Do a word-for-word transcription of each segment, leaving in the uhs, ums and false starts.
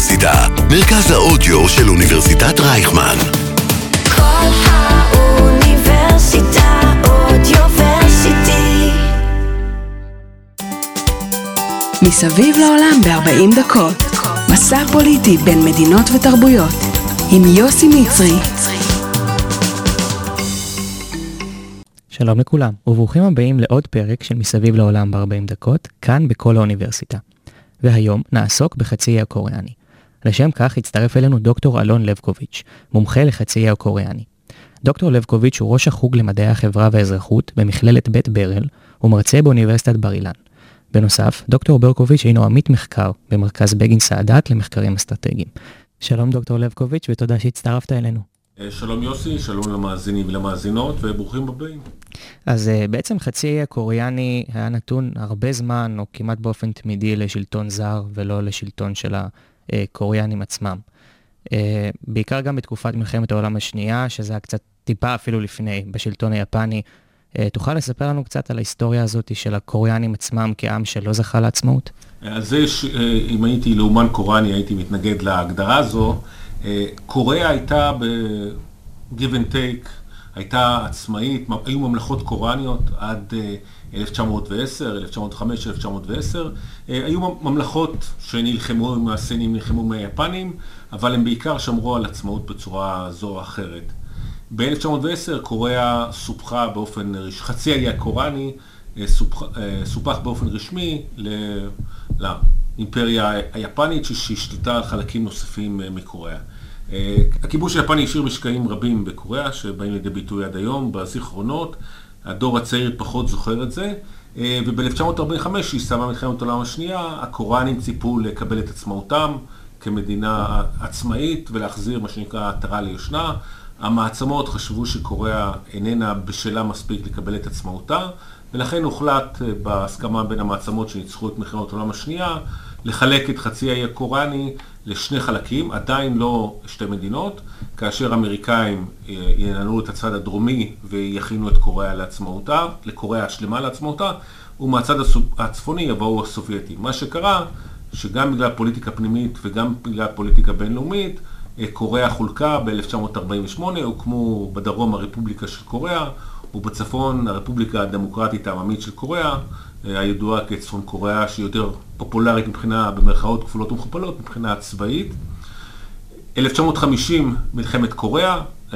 האוניברסיטה, מרכז האודיו של אוניברסיטת רייכמן. כל האוניברסיטה אודיוורסיטי. מסביב לעולם ב-ארבעים דקות. מסע פוליטי בין מדינות ותרבויות. עם יוסי מצרי. שלום לכולם, וברוכים הבאים לעוד פרק של מסביב לעולם ב-ארבעים דקות, כאן בכל האוניברסיטה. והיום נעסוק בחצי האי הקוריאני. לשם כך הצטרף אלינו דוקטור אלון לבקוביץ', מומחה לחצי האי הקוריאני. דוקטור לבקוביץ' הוא ראש החוג למדעי החברה והאזרחות במכללת בית ברל, ומרצה באוניברסיטת בר אילן. בנוסף, דוקטור ברקוביץ' אינו עמית מחקר במרכז בגין סעדת למחקרים אסטרטגיים. שלום דוקטור לבקוביץ' ותודה שהצטרפת אלינו. שלום יוסי, שלום למאזינים ולמאזינות וברוכים הבאים. אז בעצם חצי האי הקוריאני היה נתון הרבה זמן או כמעט באופן תמידי לשלטון זר ולא לשלטון של הקוריאנים עצמם. בעיקר גם בתקופת מלחמת העולם השנייה, שזה היה קצת טיפה אפילו לפני בשלטון היפני. תוכל לספר לנו קצת על ההיסטוריה הזאת של הקוריאנים עצמם כעם שלא זכה לעצמאות? אז זה, אם הייתי לאומן קוריאני הייתי מתנגד להגדרה הזו. קוריאה הייתה ב-give and take, הייתה עצמאית, היו ממלכות קוריאניות עד אלף תשע מאות ועשר, אלף תשע מאות וחמש, אלף תשע מאות ועשר. היו ממלכות שנלחמו עם הסינים, נלחמו מהיפנים, אבל הם בעיקר שמרו על עצמאות בצורה זו או אחרת. ב-אלף תשע מאות ועשר קוריאה סופחה באופן, חצי האי הקוריאני סופח, סופח באופן רשמי לאימפריה היפנית שהשתלטה על חלקים נוספים מקוריאה. הכיבוש היפני השאיר משקעים רבים בקוריאה שבאים לידי ביטוי עד היום בזיכרונות. הדור הצעיר פחות זוכר את זה, וב-אלף תשע מאות ארבעים וחמש שהסתיימה מלחמת העולם השנייה, הקוריאנים ציפו לקבל את עצמאותם כמדינה עצמאית ולהחזיר מה שנקרא עטרה ליושנה. המעצמות חשבו שקוריאה איננה בשלה מספיק לקבל את עצמאותה, ולכן הוחלט בהסכמה בין המעצמות שניצחו את מלחמת העולם השנייה לחלק את חצי האי הקוריאני לשני חלקים, עדיין לא שתי מדינות, כאשר האמריקאים ינהלו את הצד הדרומי ויכינו את קוריאה לעצמאותה, לקוריאה השלמה לעצמאותה, ומהצד הצפוני יבואו הסובייטים. מה שקרה, שגם בגלל פוליטיקה פנימית וגם בגלל פוליטיקה בינלאומית, קוריאה חולקה ב-אלף תשע מאות ארבעים ושמונה, הוקמו בדרום הרפובליקה של קוריאה, ובצפון הרפובליקה הדמוקרטית העממית של קוריאה, הידועה כצפון קוריאה שהיא יותר פופולרית מבחינה, במרכאות כפולות ומכופלות, מבחינה צבאית. אלף תשע מאות וחמישים מלחמת קוריאה,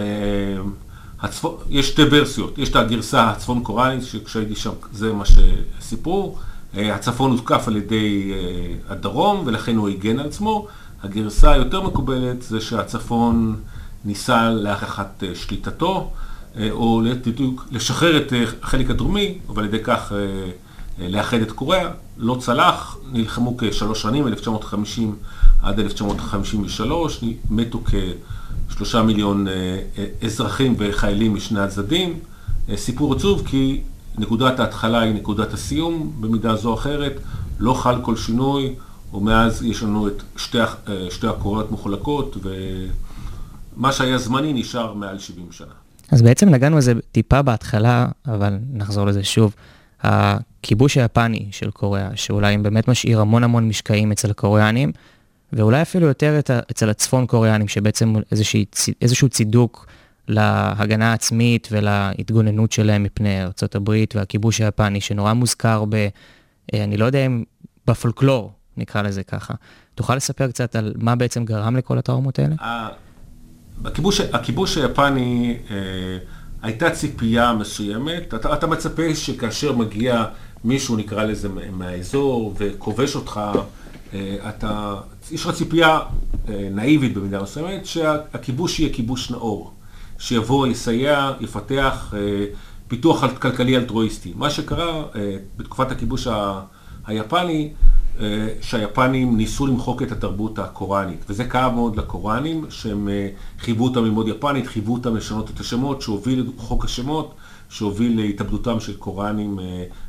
הצפון, יש שתי ורסיות, יש את הגרסה הצפון קוריאנית שכשהייתי שם זה מה שסיפרו, הצפון הותקף על ידי הדרום ולכן הוא הגן על עצמו. הגרסה היותר מקובלת זה שהצפון ניסה להכחת שליטתו, או לשחרר את החלק הדרומי, אבל על ידי כך לאחד את קוריאה. לא צלח, נלחמו כשלוש שנים, אלף תשע מאות וחמישים עד אלף תשע מאות חמישים ושלוש, מתו כשלושה מיליון אזרחים וחיילים משני הצדדים. סיפור עצוב כי נקודת ההתחלה היא נקודת הסיום, במידה זו או אחרת, לא חל כל שינוי, ומאז יש לנו את שתי, שתי הקוריאות מחולקות, ומה שהיה זמני נשאר מעל שבעים שנה. אז בעצם נגענו לזה טיפה בהתחלה, אבל נחזור לזה שוב. הכיבוש היפני של קוריאה, שאולי באמת משאיר המון המון משקעים אצל הקוריאנים, ואולי אפילו יותר אצל הצפון קוריאנים, שבעצם איזושהי, איזשהו צידוק להגנה העצמית ולהתגוננות שלהם מפני ארצות הברית, והכיבוש היפני שנורא מוזכר ב, אני לא יודע אם בפולקלור, נקרא לזה ככה. תוכל לספר קצת על מה בעצם גרם לכל הטראומות האלה? הכיבוש, הכיבוש היפני אה, הייתה ציפייה מסוימת. אתה, אתה מצפה שכאשר מגיע מישהו, נקרא לזה מהאזור, וכובש אותך, אה, אתה, יש לך ציפייה אה, נאיבית במידה מסוימת, שהכיבוש יהיה כיבוש נאור, שיבוא, יסייע, יפתח אה, פיתוח כלכלי אלטרואיסטי. מה שקרה אה, בתקופת הכיבוש ה, היפני, שהיפנים ניסו למחוק את התרבות הקוריאנית, וזה כאב מאוד לקוריאנים, שהם חייבו אותם ללמוד יפנית, חייבו אותם לשנות את השמות, שהוביל חוק השמות, שהוביל להתאבדותם של קוריאנים,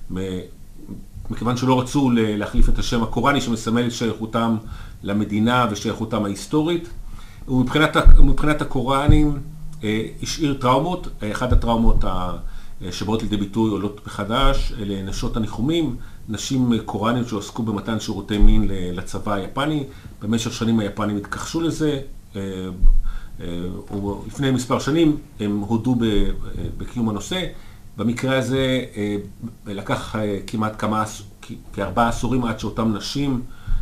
מכיוון שלא רצו להחליף את השם הקוריאני, שמסמל את שייכותם למדינה ושייכותם ההיסטורית. ומבחינת, מבחינת הקוריאנים השאיר טראומות, אחד הטראומות שבאות לידי ביטוי עולות מחדש, אלה נשות הניחומים, נשים קוריאניות שעוסקו במתן שירותי מין לצבא היפני. במשך שנים היפנים התכחשו לזה, ולפני מספר שנים הם הודו בקיום הנושא. במקרה הזה לקח כמעט כמה, כארבעה עשורים עד שאותם נשים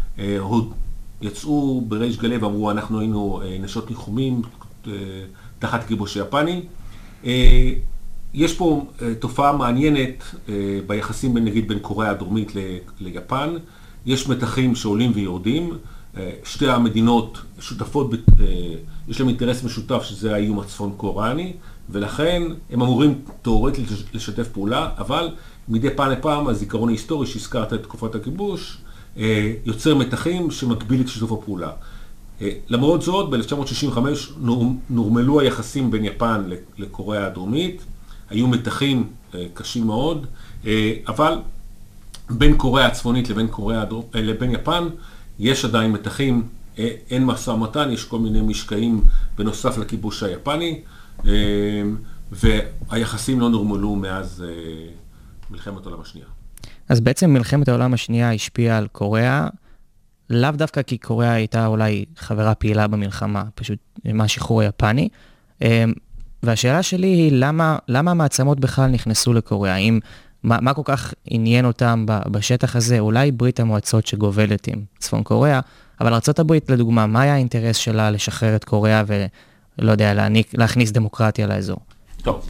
יצאו בריש גלי ואמרו, אנחנו היינו נשות ניחומים תחת כיבוש יפני. יש פה תופעה מעניינת ביחסים בין, נגיד, בין קוריאה הדרומית ליפן. יש מתחים שעולים ויורדים. שתי המדינות שותפות, יש להם אינטרס משותף שזה האיום הצפון קוריאני, ולכן הם אמורים תיאורטית לשתף פעולה, אבל מדי פעם לפעם הזיכרון ההיסטורי שהזכרת את תקופת הכיבוש, יוצר מתחים שמגביל את שיתוף הפעולה. למרות זאת, ב-אלף תשע מאות שישים וחמש נורמלו היחסים בין יפן לקוריאה הדרומית, היו מתחים קשים מאוד, אבל בין קוריאה הצפונית לבין, קוריאה, לבין יפן יש עדיין מתחים, אין משא ומתן, יש כל מיני משקעים בנוסף לכיבוש היפני, והיחסים לא נורמלו מאז מלחמת העולם השנייה. אז בעצם מלחמת העולם השנייה השפיעה על קוריאה, לאו דווקא כי קוריאה הייתה אולי חברה פעילה במלחמה, פשוט מהשחרור היפני. והשאלה שלי היא, למה, למה המעצמות בכלל נכנסו לקוריאה? אם, מה, מה כל כך עניין אותם בשטח הזה? אולי ברית המועצות שגובלת עם צפון קוריאה, אבל ארצות הברית, לדוגמה, מה היה האינטרס שלה לשחרר את קוריאה ולא יודע, להניק, להכניס דמוקרטיה לאזור? טוב,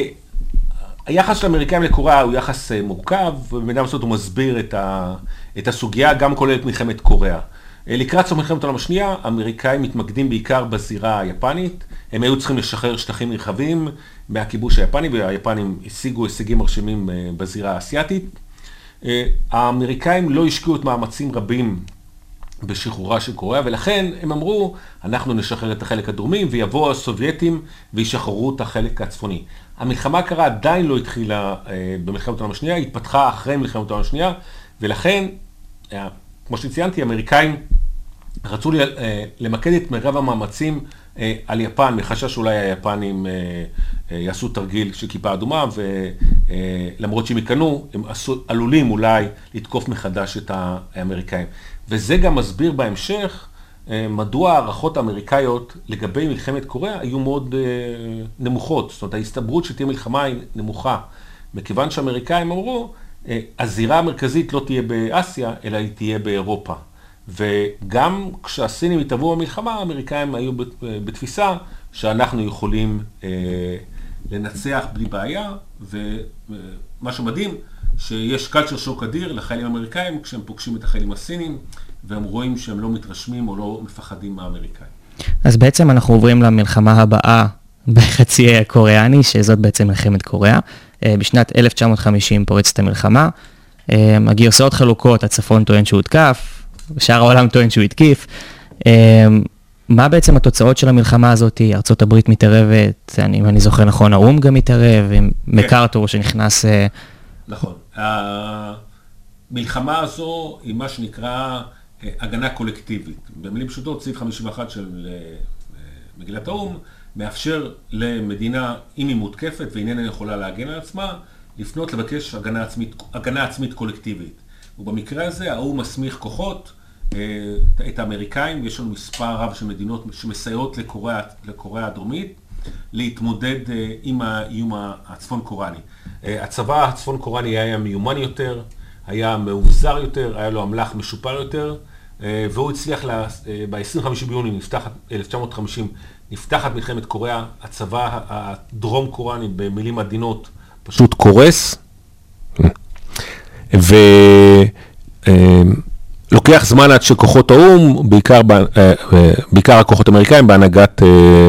היחס של האמריקאים לקוריאה הוא יחס מורכב, ובמידה מסוימת הוא מסביר את, ה, את הסוגיה, גם כולל את מלחמת קוריאה. לקראת סוף מלחמת העולם השנייה, האמריקאים מתמקדים בעיקר בזירה היפנית. הם היו צריכים לשחרר שטחים נרחבים מהכיבוש היפני, והיפנים השיגו הישגים מרשימים בזירה האסייתית. האמריקאים לא השקיעו את מאמצים רבים בשחרורה של קוריאה, ולכן הם אמרו, אנחנו נשחרר את החלק הדרומי, ויבואו הסובייטים וישחררו את החלק הצפוני. המלחמה הקרה עדיין לא התחילה במלחמת העולם השנייה, היא התפתחה אחרי מלחמת העולם השנייה, ולכן, כמו שציינתי, האמריקאים רצו למקד את מרב המאמצים על יפן, מחשש שאולי היפנים יעשו תרגיל של כיפה אדומה, ולמרות שהם יקנו, הם עלולים אולי לתקוף מחדש את האמריקאים. וזה גם מסביר בהמשך מדוע הערכות האמריקאיות לגבי מלחמת קוריאה היו מאוד נמוכות. זאת אומרת, ההסתברות שתהיה מלחמה היא נמוכה, מכיוון שהאמריקאים אמרו, הזירה המרכזית לא תהיה באסיה, אלא היא תהיה באירופה. וגם כשהסינים התערבו במלחמה, האמריקאים היו בתפיסה שאנחנו יכולים לנצח בלי בעיה, ומה שמדהים, שיש קלצ'ר שוק אדיר לחיילים האמריקאים כשהם פוגשים את החיילים הסינים, והם רואים שהם לא מתרשמים או לא מפחדים מהאמריקאים. אז בעצם אנחנו עוברים למלחמה הבאה בחצי הקוריאני, שזאת בעצם מלחמת קוריאה. בשנת אלף תשע מאות וחמישים פורצת המלחמה, הגרסאות חלוקות, הצפון טוען שהוא התקף, שאר העולם טוען שהוא התקיף. מה בעצם התוצאות של המלחמה הזאת? ארצות הברית מתערבת, אני, אם אני זוכר נכון, האום גם מתערב, עם מקארתור שנכנס... נכון. המלחמה הזו היא מה שנקרא הגנה קולקטיבית. במילים פשוטות, סעיף חמישים ואחת של מגילת האום, מאפשר למדינה, אם היא מותקפת ואיננה יכולה להגן על עצמה, לפנות לבקש הגנה עצמית, הגנה עצמית קולקטיבית. ובמקרה הזה, האום מסמיך כוחות, את האמריקאים, יש לנו מספר רב של מדינות שמסייעות לקוריאה, לקוריאה הדרומית, להתמודד עם האיום הצפון קוריאני. הצבא הצפון קוריאני היה מיומן יותר, היה מאובזר יותר, היה לו אמל"ח משופר יותר, והוא הצליח ב-עשרים וחמישה ביוני אלף תשע מאות וחמישים נפתחת מלחמת קוריאה, הצבא הדרום קוריאני במילים עדינות פשוט קורס, ולוקח זמן עד שכוחות האום, בעיקר, בעיקר הכוחות האמריקאים בהנהגת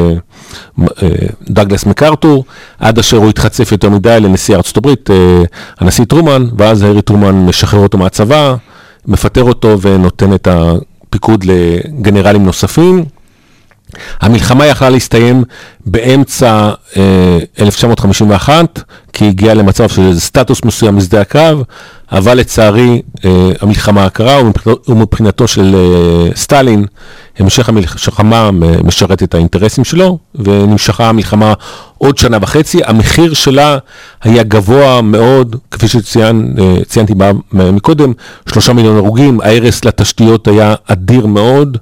דאגלס מקארתור, עד אשר הוא התחצף יותר מדי לנשיא ארצות הברית, הנשיא טרומן, ואז הארי טרומן משחרר אותו מהצבא, מפטר אותו ונותן את הפיקוד לגנרלים נוספים. המלחמה יכלה להסתיים באמצע אלף תשע מאות חמישים ואחת, כי הגיעה למצב של סטטוס מסוים משדה הקרב, אבל לצערי המלחמה הקרה, ומבחינתו של סטלין, המשך המלחמה משרת את האינטרסים שלו, ונמשכה המלחמה עוד שנה וחצי. המחיר שלה היה גבוה מאוד, כפי שציינתי מקודם, שלושה מיליון הרוגים, ההרס לתשתיות היה אדיר מאוד,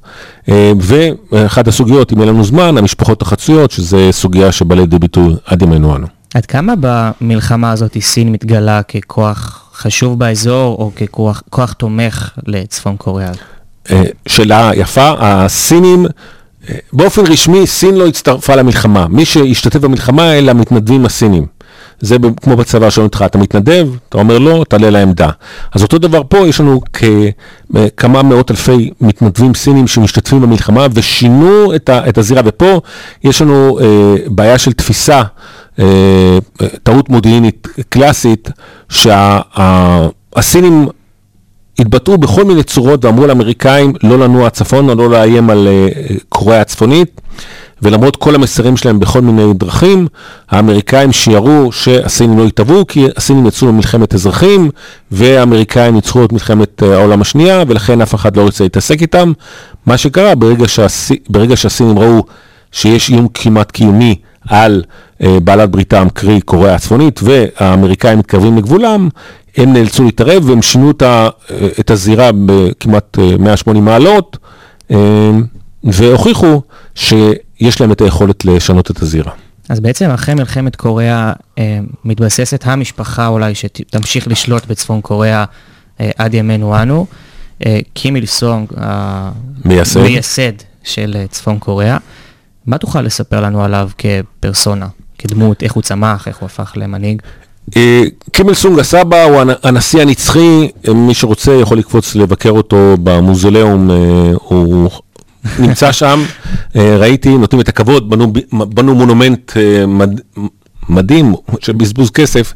ואחת הסוגיות, אם יהיה לנו זמן, המשפחות החצויות, שזה סוגיה שבא לידי ביטוי עד ימינו אנו. עד כמה במלחמה הזאת סין מתגלה ככוח חשוב באזור, או ככוח כוח תומך לצפון קוריאה? שאלה יפה, הסינים, באופן רשמי, סין לא הצטרפה למלחמה. מי שהשתתף במלחמה אלה המתנדבים הסינים. זה כמו בצבא שלנו איתך, אתה מתנדב, אתה אומר לא, תעלה לעמדה. אז אותו דבר פה, יש לנו כמה מאות אלפי מתנדבים סינים שמשתתפים במלחמה, ושינו את, ה, את הזירה, ופה יש לנו אה, בעיה של תפיסה, אה, טעות מודיעינית קלאסית, שהסינים שה, התבטאו בכל מיני צורות, ואמרו לאמריקאים לא לנוע צפון, או לא לאיים על אה, קוריאה הצפונית, ולמרות כל המסרים שלהם בכל מיני דרכים, האמריקאים שיערו שהסינים לא יתעבו, כי הסינים יצאו למלחמת אזרחים, והאמריקאים ניצחו את מלחמת העולם השנייה, ולכן אף אחד לא רוצה להתעסק איתם. מה שקרה, ברגע, שהסי, ברגע שהסינים ראו שיש איום כמעט קיומי על אה, בעלת בריתם, קרי קוריאה הצפונית, והאמריקאים מתקרבים לגבולם, הם נאלצו להתערב, והם שינו את, ה, את הזירה בכמעט מאה ושמונים מעלות, אה, והוכיחו שיש להם את היכולת לשנות את הזירה. אז בעצם אחרי מלחמת קוריאה אה, מתבססת המשפחה אולי שתמשיך לשלוט בצפון קוריאה אה, עד ימינו אנו. אה, קים איל סונג, המייסד של אה, צפון קוריאה. מה תוכל לספר לנו עליו כפרסונה, כדמות, איך הוא צמח, איך הוא הפך למנהיג? אה, קים איל סונג הסבא הוא הנשיא הנצחי, מי שרוצה יכול לקפוץ לבקר אותו במוזיאום, אה, הוא... נמצא שם, ראיתי, נותנים את הכבוד, בנו, בנו מונומנט מד, מדהים של בזבוז כסף,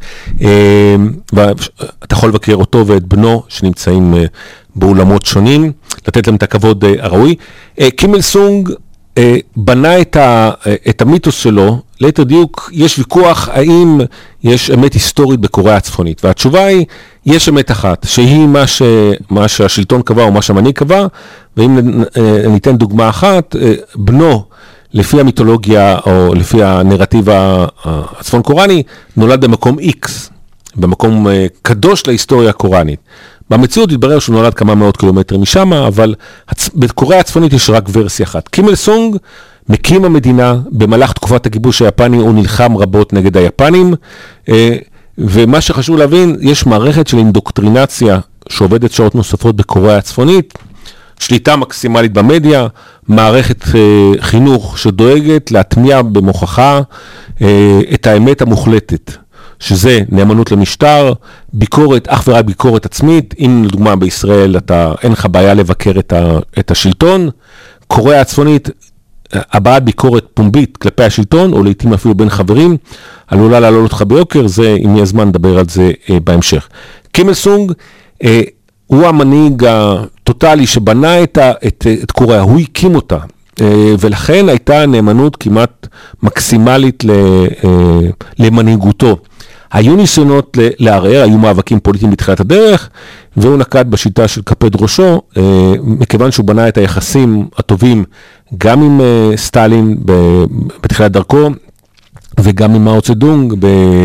ואתה יכול לבקר אותו ואת בנו שנמצאים באולמות שונים, לתת להם את הכבוד הראוי. קים איל סונג בנה את, ה, את המיתוס שלו, ליתר דיוק, יש ויכוח האם יש אמת היסטורית בקוריאה הצפונית, והתשובה היא, יש אמת אחת, שהיא מה, ש, מה שהשלטון קבע או מה שהמנהיג קבע, ואם ניתן דוגמה אחת, בנו, לפי המיתולוגיה או לפי הנרטיב הצפון קוריאני, נולד במקום X, במקום קדוש להיסטוריה הקוריאנית. במציאות התברר שהוא נולד כמה מאות קילומטרים משם, אבל בקוריאה הצפונית יש רק ורסיה אחת. קים איל סונג מקים המדינה, במהלך תקופת הכיבוש היפני הוא נלחם רבות נגד היפנים, ומה שחשוב להבין, יש מערכת של אינדוקטרינציה שעובדת שעות נוספות בקוריאה הצפונית, שליטה מקסימלית במדיה, מערכת חינוך שדואגת להטמיע במוכחה את האמת המוחלטת. שזה נאמנות למשטר, ביקורת, אך ורק ביקורת עצמית, אם לדוגמה בישראל אתה, אין לך בעיה לבקר את, ה, את השלטון, קוריאה הצפונית, הבעת ביקורת פומבית כלפי השלטון, או לעתים אפילו בין חברים, עלולה לעלות אותך ביוקר, זה אם יהיה זמן נדבר על זה אה, בהמשך. קים איל סונג, אה, הוא המנהיג הטוטלי שבנה את, ה, את, את קוריאה, הוא הקים אותה, אה, ולכן הייתה נאמנות כמעט מקסימלית ל, אה, למנהיגותו. היו ניסיונות לערער, היו מאבקים פוליטיים בתחילת הדרך, והוא נקט בשיטה של כפד ראשו, מכיוון שהוא בנה את היחסים הטובים גם עם סטלין בתחילת דרכו, וגם עם מאו צדונג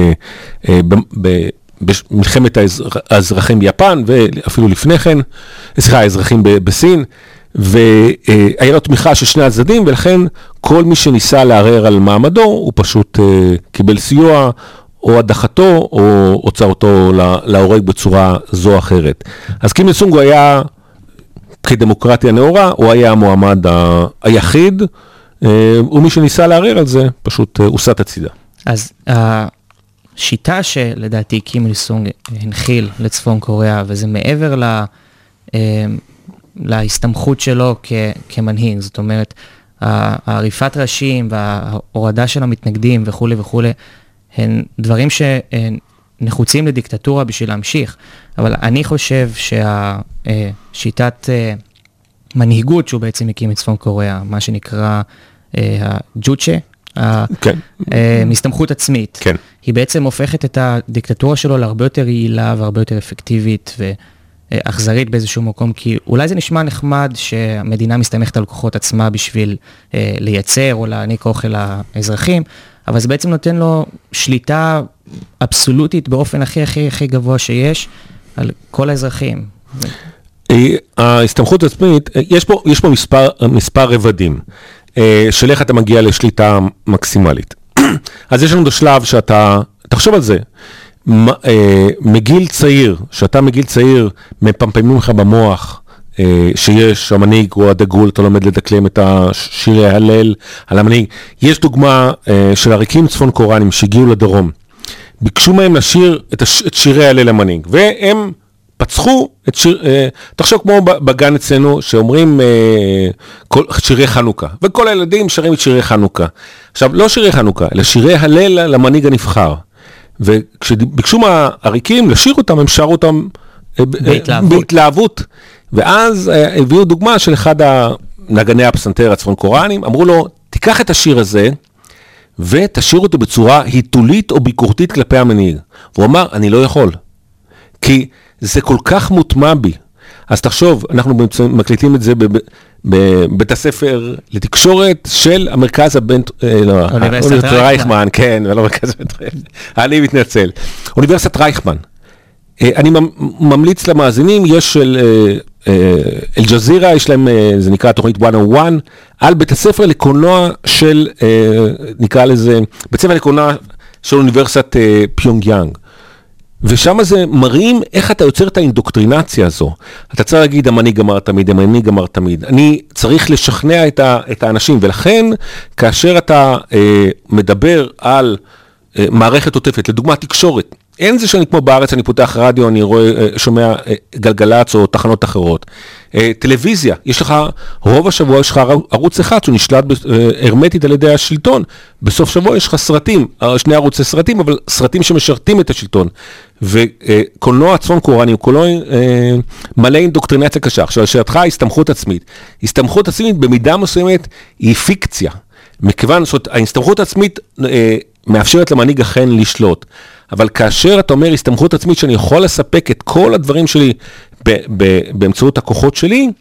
במלחמת האזרחים ביפן, ואפילו לפני כן, סליחה, האזרחים בסין, והיה לו תמיכה של שני הצדדים, ולכן כל מי שניסה לערער על מעמדו, הוא פשוט קיבל סיוע, או הדחתו, או הוצא אותו להורג בצורה זו או אחרת. אז קים איל סונג הוא היה, כדמוקרטיה נאורה, הוא היה המועמד היחיד, ומי שניסה לערער על זה, פשוט הוסט הצידה. אז השיטה שלדעתי קים איל סונג הנחיל לצפון קוריאה, וזה מעבר לה, להסתמכות שלו כ, כמנהיג, זאת אומרת, העריפת ראשים וההורדה של המתנגדים וכו' וכו', הן דברים שנחוצים לדיקטטורה בשביל להמשיך, אבל אני חושב שהשיטת מנהיגות שהוא בעצם הקים את צפון קוריאה, מה שנקרא הג'וצ'ה, מסתמכות עצמית. כן. היא בעצם הופכת את הדיקטטורה שלו להרבה יותר יעילה והרבה יותר אפקטיבית ואכזרית באיזשהו מקום, כי אולי זה נשמע נחמד שהמדינה מסתמכת על כוחות עצמה בשביל לייצר או להעניק אוכל לאזרחים, אבל זה בעצם נותן לו שליטה אבסולוטית באופן הכי הכי הכי גבוה שיש על כל האזרחים. ההסתמכות עצמית, יש פה, יש פה מספר, מספר רבדים, של איך אתה מגיע לשליטה מקסימלית. אז יש לנו את השלב שאתה, תחשוב על זה, מגיל צעיר, שאתה מגיל צעיר, מפמפמים לך במוח, שיש המנהיג הוא הדגול, אתה לומד לדקלם את השירי הלל על המנהיג. יש דוגמה של עריקים צפון קוראנים שהגיעו לדרום, ביקשו מהם לשיר את שירי הלל למנהיג, והם פצחו את שיר, תחשוב כמו בגן אצלנו, שאומרים שירי חנוכה, וכל הילדים שרים את שירי חנוכה. עכשיו, לא שירי חנוכה, אלא שירי הלל למנהיג הנבחר. וכשביקשו מהעריקים לשיר אותם, הם שרו אותם בהתלהבות. בהתלהבות. ואז הביאו דוגמה של אחד הנגני הפסנתר הצפון קוראנים, אמרו לו, תיקח את השיר הזה, ותשאיר אותו בצורה היתולית או ביקורתית כלפי המנהיג. והוא אמר, אני לא יכול. כי זה כל כך מוטמע בי. אז תחשוב, אנחנו מקליטים את זה בבית הספר לתקשורת של המרכז הבן... אוניברסיטת רייכמן, כן, ולא מרכז הבן... אני מתנצל. אוניברסיטת רייכמן. אני ממליץ למאזינים, יש של אל-ג'זירה, יש להם, זה נקרא תוכנית מאה ואחת, על בית הספר לקולנוע של, נקרא לזה, בית ספר לקולנוע של אוניברסיטת פיונג יאנג. ושם זה מראים איך אתה יוצר את האינדוקטרינציה הזו. אתה צריך להגיד, המנהיג אמר תמיד, המנהיג אמר תמיד. אני צריך לשכנע את, ה, את האנשים, ולכן, כאשר אתה אה, מדבר על אה, מערכת עוטפת, לדוגמה תקשורת, אין זה שאני כמו בארץ, אני פותח רדיו, אני רואה, שומע גלגלץ או תחנות אחרות. טלוויזיה, יש לך, רוב השבוע יש לך ערוץ אחד, שהוא נשלט הרמטית על ידי השלטון. בסוף שבוע יש לך סרטים, שני ערוצי סרטים, אבל סרטים שמשרתים את השלטון. וקולנוע צפון קוראני, הוא קולנוע מלא אינדוקטרינציה קשה. עכשיו, לשאלתך, הסתמכות עצמית. הסתמכות עצמית במידה מסוימת היא פיקציה. מכיוון זאת, ההסתמכות עצמית מאפשרת למנהיג אכן לשלוט. אבל כאשר אתה אומר הסתמכות עצמית שאני יכול לספק את כל הדברים שלי ב- ב- באמצעות הכוחות שלי,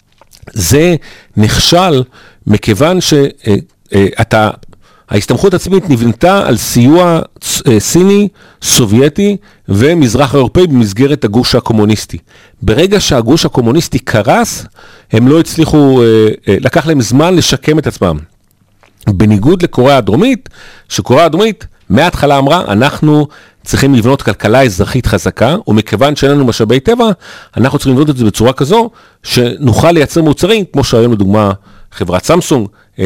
זה נכשל מכיוון שאתה, ההסתמכות עצמית נבנתה על סיוע סיני, סובייטי ומזרח אירופאי במסגרת הגוש הקומוניסטי. ברגע שהגוש הקומוניסטי קרס, הם לא הצליחו, לקח להם זמן לשקם את עצמם. בניגוד לקוריאה הדרומית, שקוריאה הדרומית מההתחלה אמרה, אנחנו צריכים לבנות כלכלה אזרחית חזקה, ומכיוון שאין לנו משאבי טבע, אנחנו צריכים לבנות את זה בצורה כזו, שנוכל לייצר מוצרים, כמו שהיום לדוגמה חברת סמסונג,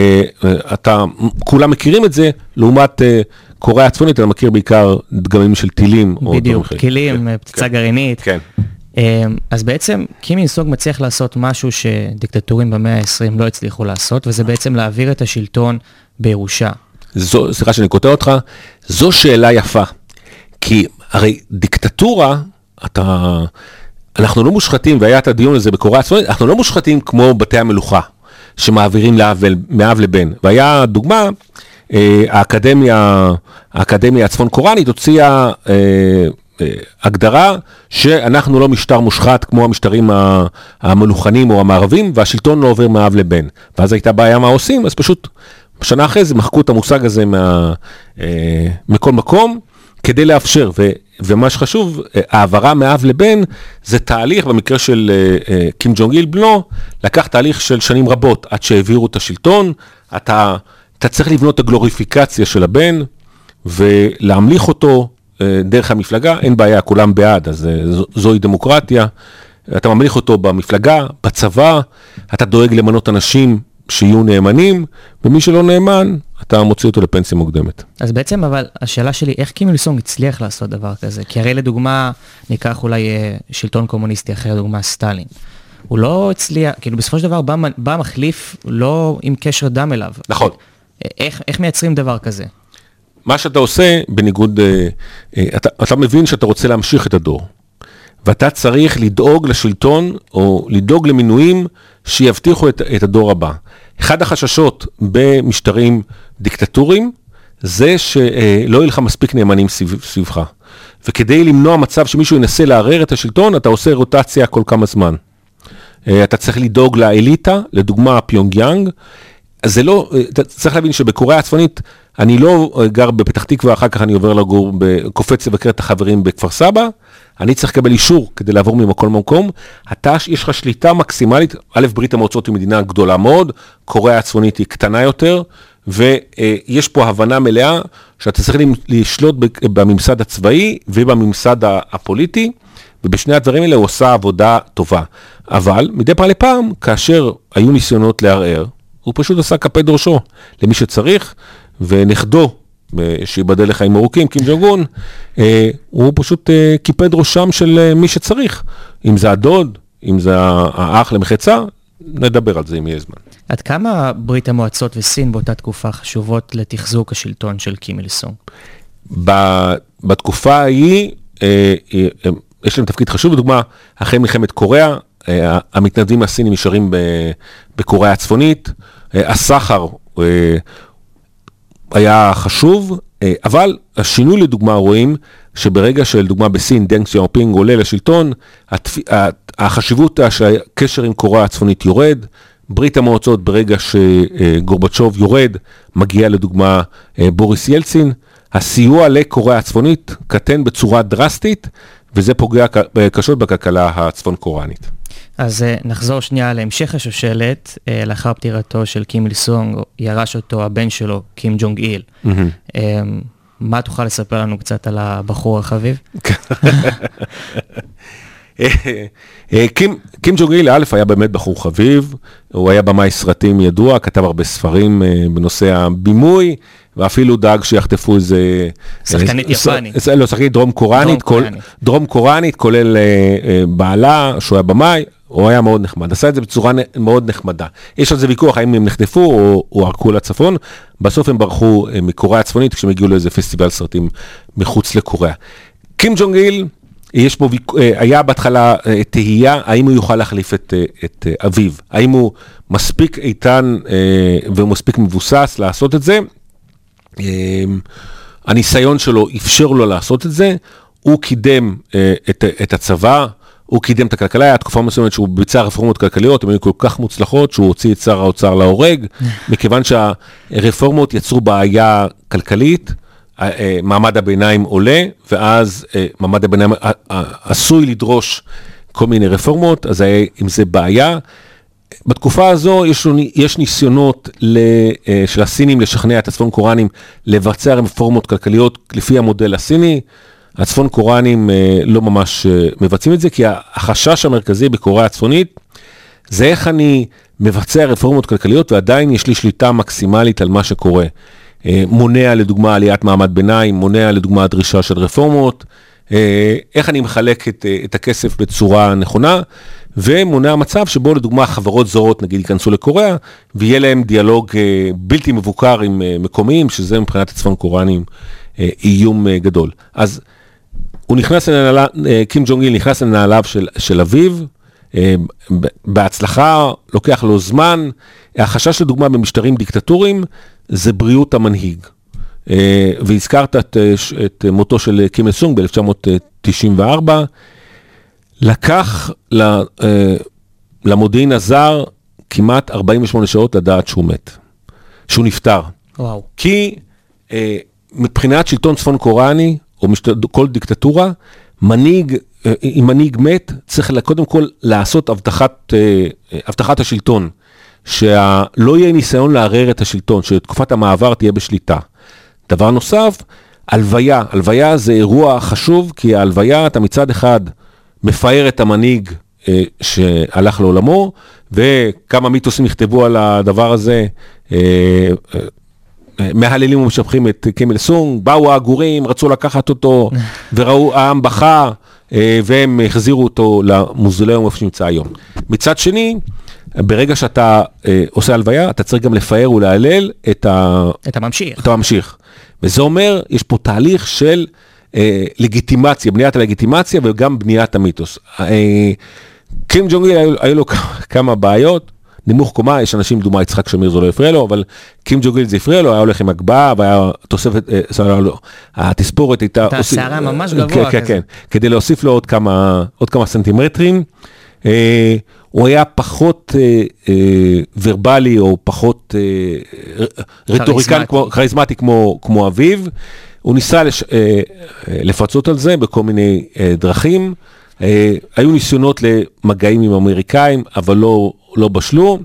אתה, כולם מכירים את זה, לעומת קוריאה הצפונית, אתה מכיר בעיקר דגמים של טילים. בדיוק, כלים, פצצה גרעינית. כן. אז בעצם קים אין סונג מצליח לעשות משהו שדיקטטורים במאה ה-עשרים לא הצליחו לעשות, וזה בעצם להעביר את השלטון בירושה. זו, סליחה שאני כותב אותך, זו שאלה יפה, כי הרי דיקטטורה, אתה, אנחנו לא מושחתים, והיה את הדיון הזה בקוריאה הצפונית, אנחנו לא מושחתים כמו בתי המלוכה, שמעבירים מאב לבן, והיה דוגמה, האקדמיה, האקדמיה הצפון קוראנית הוציאה הגדרה שאנחנו לא משטר מושחת כמו המשטרים המלוכנים או המערבים, והשלטון לא עובר מאב לבן. ואז הייתה בעיה מה עושים, אז פשוט בשנה אחרי זה מחקו את המושג הזה מה, מכל מקום, כדי לאפשר, ו, ומה שחשוב, העברה מאב לבן, זה תהליך, במקרה של קים ג'ונג איל בנו, לקח תהליך של שנים רבות, עד שהעבירו את השלטון, אתה, אתה צריך לבנות את הגלוריפיקציה של הבן, ולהמליך אותו דרך המפלגה, אין בעיה, כולם בעד, אז זוהי דמוקרטיה, אתה ממליך אותו במפלגה, בצבא, אתה דואג למנות אנשים שיהיו נאמנים, ומי שלא נאמן, אתה מוציא אותו לפנסיה מוקדמת. אז בעצם, אבל השאלה שלי, איך קים איל סונג הצליח לעשות דבר כזה? כי הרי לדוגמה, ניקח אולי שלטון קומוניסטי אחר, דוגמה סטלין. הוא לא הצליח, כאילו בסופו של דבר בא, בא מחליף לא עם קשר דם אליו. נכון. איך, איך מייצרים דבר כזה? מה שאתה עושה, בניגוד, אתה, אתה מבין שאתה רוצה להמשיך את הדור, ואתה צריך לדאוג לשלטון, או לדאוג למינויים שיבטיחו את, את הדור הבא. אחד החששות במשטרים דיקטטוריים, זה שלא יהיה לך מספיק נאמנים סביבך. וכדי למנוע מצב שמישהו ינסה לערער את השלטון, אתה עושה רוטציה כל כמה זמן. אתה צריך לדאוג לאליטה, לדוגמה פיונג יאנג, אז זה לא, אתה צריך להבין שבקוריאה הצפונית, אני לא גר בפתח תקווה, אחר כך אני עובר לגור, קופץ לבקר את החברים בכפר סבא, אני צריך לקבל אישור כדי לעבור ממקום למקום, אתה, יש לך שליטה מקסימלית, א', ברית המועצות היא מדינה גדולה מאוד, קוריאה הצפונית היא קטנה יותר, ויש פה הבנה מלאה שאתה צריך לשלוט בממסד הצבאי ובממסד הפוליטי, ובשני הדברים האלה הוא עושה עבודה טובה. אבל מדי פעם לפעם, כאשר היו ניסיונות לערער, הוא פשוט עשה כפד ראשו למי שצריך, ונכדו, שיבדל לחיים ארוכים, קים ג'ונג און, הוא פשוט כיפד ראשם של מי שצריך. אם זה הדוד, אם זה האח למחצה, נדבר על זה אם יהיה זמן. עד כמה ברית המועצות וסין באותה תקופה חשובות לתחזוק השלטון של קים איל סונג? בתקופה ההיא, יש להם תפקיד חשוב, לדוגמה, אחרי מלחמת קוריאה, המתנדבים הסינים נשארים בקוריאה הצפונית, הסחר היה חשוב, אבל השינוי לדוגמה רואים שברגע שלדוגמה בסין דנג סיאופינג עולה לשלטון, החשיבות של הקשר עם קוריאה הצפונית יורד, ברית המועצות ברגע שגורבצ'וב יורד, מגיע לדוגמה בוריס ילצין, הסיוע לקוריאה הצפונית קטן בצורה דרסטית, וזה פוגע קשות בכלכלה הצפון קוריאנית. אז נחזור שנייה להמשך השושלת, לאחר פטירתו של קים איל סונג, ירש אותו הבן שלו, קים ג'ונג איל. מה תוכל לספר לנו קצת על הבחור החביב? קים ג'ונג איל, א', היה באמת בחור חביב, הוא היה במאי סרטים ידוע, כתב הרבה ספרים בנושא הבימוי, ואפילו דאג שיחטפו איזה... שחקנית יפנית. לא, שחקנית דרום קוריאנית, דרום קוריאנית, כולל בעלה, שהוא היה במאי, הוא היה מאוד נחמד, עשה את זה בצורה מאוד נחמדה. יש על זה ויכוח, האם הם נחטפו או ערקו לצפון, בסוף הם ברחו מקוריאה הצפונית, כשהם הגיעו לאיזה פסטיבל סרטים מחוץ לקוריאה. קים ג'ונג איל, יש בו, היה בהתחלה תהייה, האם הוא יוכל להחליף את, את אביו, האם הוא מספיק איתן ומספיק מבוסס לעשות את זה, הניסיון שלו אפשר לו לעשות את זה, הוא קידם את, את הצבא, הוא קידם את הכלכלה, היה תקופה מסוימת שהוא ביצע רפורמות כלכליות, הן היו כל כך מוצלחות, שהוא הוציא את שר האוצר להורג, מכיוון שהרפורמות יצרו בעיה כלכלית, מעמד הביניים עולה, ואז מעמד הביניים עשוי לדרוש כל מיני רפורמות, אז היה עם זה בעיה. בתקופה הזו יש, יש ניסיונות של הסינים לשכנע את הצפון קוריאנים לבצע רפורמות כלכליות לפי המודל הסיני, הצפון קוריאנים לא ממש מבצעים את זה, כי החשש המרכזי בקוריאה הצפונית, זה איך אני מבצע רפורמות כלכליות, ועדיין יש לי שליטה מקסימלית על מה שקורה. מונע לדוגמה עליית מעמד ביניים, מונע לדוגמה דרישה של רפורמות, איך אני מחלק את, את הכסף בצורה נכונה, ומונע מצב שבו לדוגמה חברות זרות נגיד ייכנסו לקוריאה, ויהיה להם דיאלוג בלתי מבוקר עם מקומיים, שזה מבחינת הצפון קוריאנים איום גדול. אז הוא נכנס לנעליו, קים ג'ונג איל נכנס לנעליו של, של אביו, בהצלחה, לוקח לו זמן, החשש לדוגמה במשטרים דיקטטוריים, זה בריאות המנהיג. והזכרת את, את מותו של קים איל סונג ב-אלף תשע מאות תשעים וארבע, לקח למודיעין הזר כמעט ארבעים ושמונה שעות לדעת שהוא מת, שהוא נפטר. וואו. כי מבחינת שלטון צפון קוריאני, או כל דיקטטורה, מנהיג, אם מנהיג מת, צריך קודם כל לעשות הבטחת, הבטחת השלטון, שלא יהיה ניסיון לערער את השלטון, שתקופת המעבר תהיה בשליטה. דבר נוסף, הלוויה. הלוויה זה אירוע חשוב, כי ההלוויה, אתה מצד אחד מפאר את המנהיג שהלך לעולמו, וכמה מיתוסים נכתבו על הדבר הזה, מהללים ומשבחים את קים איל סונג, באו העגורים, רצו לקחת אותו, וראו העם בכה, והם החזירו אותו למוזיאום איפה שנמצא היום. מצד שני, ברגע שאתה עושה הלוויה, אתה צריך גם לפאר ולהלל את, ה... את הממשיך. את הממשיך. וזה אומר, יש פה תהליך של לגיטימציה, בניית הלגיטימציה וגם בניית המיתוס. קים ג'ונג איל היו לו כמה בעיות, נמוך קומה, יש אנשים, דומה יצחק שמיר, זה לא הפריע לו, אבל קים ג'ונג איל זה הפריע לו, היה הולך עם הגבהה, והיה תוספת, התספורת הייתה... אתה שערה ממש גבוה כזה. כן, כן, כדי להוסיף לו עוד כמה, עוד כמה סנטימטרים. הוא היה פחות ורבלי, או פחות רטוריקן, כריזמטי כמו אביו. הוא ניסה לפצות על זה בכל מיני דרכים. היו ניסיונות למגעים עם אמריקאים, אבל לא, לא בשלו.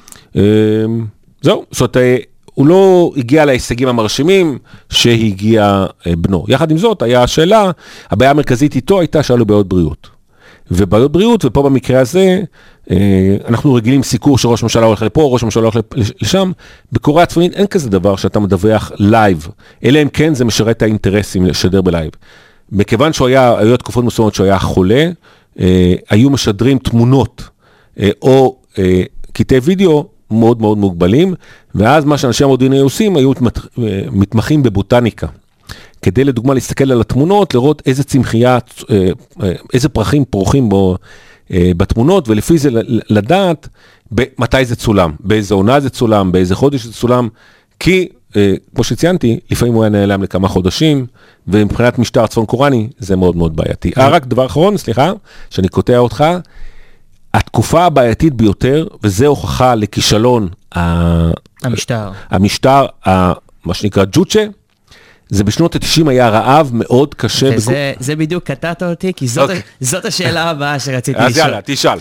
זהו, זאת אומרת, הוא לא הגיע להישגים המרשימים שהגיע בנו. יחד עם זאת, היה השאלה, הבעיה המרכזית איתו הייתה שהיה לו בעיות בריאות. ובעיות בריאות, ופה במקרה הזה, אנחנו רגילים סיקור שראש הממשלה הולך לפה, ראש הממשלה הולך לשם. בקוריאה הצפונית אין כזה דבר שאתה מדווח לייב, אלא אם כן זה משרת את האינטרסים לשדר בלייב. מכיוון שהוא היה, היו תקופות מסוימות שהוא היה חולה, היו משדרים תמונות או קטעי וידאו מאוד מאוד מוגבלים, ואז מה שאנשי המודיעין היו עושים, היו מתמחים בבוטניקה. כדי לדוגמה להסתכל על התמונות, לראות איזה צמחייה, איזה פרחים פורחים בו בתמונות, ולפי זה לדעת מתי זה צולם, באיזה עונה זה צולם, באיזה חודש זה צולם, כי, כמו שציינתי, לפעמים הוא היה נעלם לכמה חודשים, ומבחינת משטר צפון קוריאני, זה מאוד מאוד בעייתי. רק דבר אחרון, סליחה, שאני קוטע אותך, התקופה הבעייתית ביותר, וזה הוכחה לכישלון המשטר, המשטר, מה שנקרא ג'וצ'ה, זה בשנות ה-תשעים היה רעב מאוד קשה. וזה בקו... זה בדיוק קטעת אותי, כי זאת, okay. זאת השאלה הבאה שרציתי לשאול. אז יאללה, תשאל.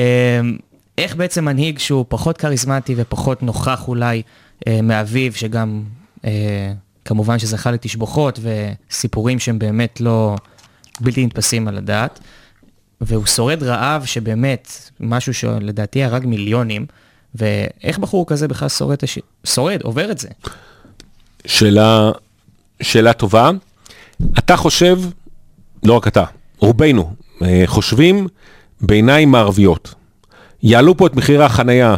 איך בעצם מנהיג שהוא פחות קריזמטי ופחות נוכח אולי מאביו, שגם כמובן שזכה לתשבוכות וסיפורים שהם באמת לא בלתי נתפסים על הדעת, והוא שורד רעב שבאמת משהו שלדעתי הרג מיליונים, ואיך בחור כזה בכלל שורד, שורד, עובר את זה? שאלה... שאלה טובה. אתה חושב, לא רק אתה, רובנו, חושבים בעיניים מערביות. יעלו פה את מחיר החנייה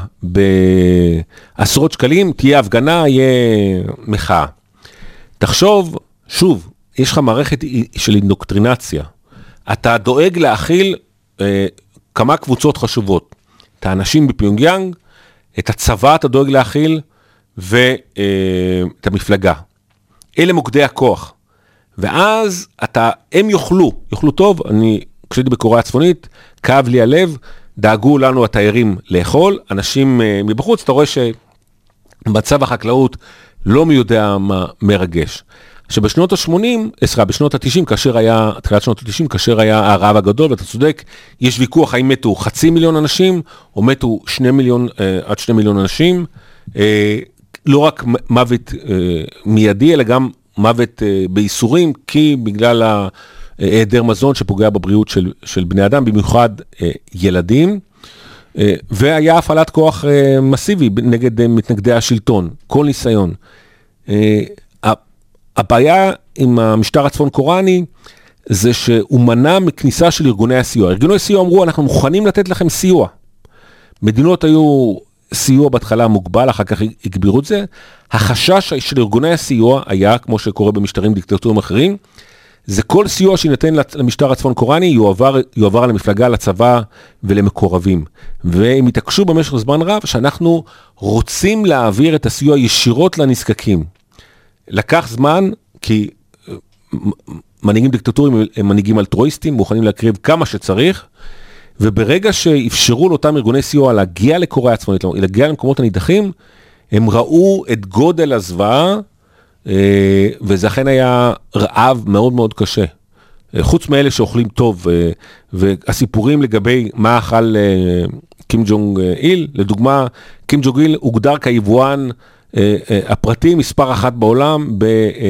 בעשרות שקלים, תהיה הפגנה, יהיה מחאה. תחשוב, שוב, יש לך מערכת של אינדוקטרינציה. אתה דואג להכיל אה, כמה קבוצות חשובות. את האנשים בפיונגיאנג, את הצבא אתה דואג להכיל, ואת אה, המפלגה. אלה מוקדי הכוח. ואז אתה, הם יוכלו, יוכלו טוב, אני, כשהייתי בקוריאה הצפונית, כאב לי הלב, דאגו לנו התיירים לאכול, אנשים uh, מבחוץ, אתה רואה שמצב החקלאות לא מי יודע מה מרגש. שבשנות ה-שמונים, עשרה, בשנות ה-תשעים, כאשר היה, תחילת שנות ה-תשעים, כאשר היה הרעב הגדול, ואתה צודק, יש ויכוח האם מתו חצי מיליון אנשים, או מתו שני מיליון, uh, עד שני מיליון אנשים, uh, לא רק מוות uh, מיידי, אלא גם מוות uh, בייסורים, כי בגלל היעדר מזון שפוגע בבריאות של, של בני אדם, במיוחד uh, ילדים, uh, והיה הפעלת כוח uh, מסיבי נגד uh, מתנגדי השלטון, כל ניסיון. Uh, הבעיה עם המשטר הצפון קוריאני, זה שהוא מנע מכניסה של ארגוני הסיוע. ארגוני הסיוע אמרו, אנחנו מוכנים לתת לכם סיוע. מדינות היו סיוע בהתחלה מוגבל, אחר כך הגבירו את זה. החשש של ארגוני הסיוע היה, כמו שקורה במשטרים דיקטטוריים אחרים, זה כל סיוע שיינתן למשטר הצפון קוריאני, יועבר, יועבר למפלגה, לצבא ולמקורבים. והם התעקשו במשך זמן רב, שאנחנו רוצים להעביר את הסיוע ישירות לנזקקים. לקח זמן, כי מנהיגים דיקטטוריים הם מנהיגים אלטרואיסטים, מוכנים להקריב כמה שצריך, וברגע שאפשרו לאותם ארגוני סיוע להגיע לקוריאה הצפונית, להגיע למקומות הנידחים, הם ראו את גודל הזוועה, וזה אכן היה רעב מאוד מאוד קשה. חוץ מאלה שאוכלים טוב, והסיפורים לגבי מה אכל קים ג'ונג איל, לדוגמה, קים ג'ונג איל הוגדר כיבואן הפרטי מספר אחת בעולם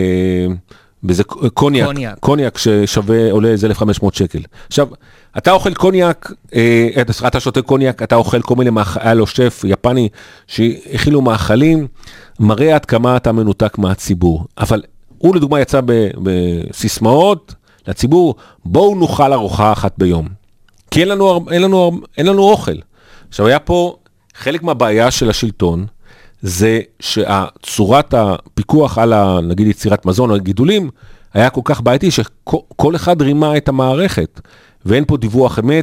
באיזה קוניאק, קוניאק ששווה, עולה איזה אלף וחמש מאות שקל. עכשיו, אתה אוכל קוניאק, אתה שותה קוניאק, אתה אוכל כל מיני מאכלים, היה לו שף יפני שהכילו מאכלים, מראה עד כמה אתה מנותק מהציבור. אבל הוא לדוגמה יצא בסיסמאות לציבור, בואו נאכל ארוחה אחת ביום. כי אין לנו, אין לנו, אין לנו אוכל. עכשיו, היה פה חלק מהבעיה של השלטון, זה שהצורת הפיקוח על, ה, נגיד, יצירת מזון או גידולים, היה כל כך בעייתי שכל אחד רימה את המערכת, ואין פה דיווח אמת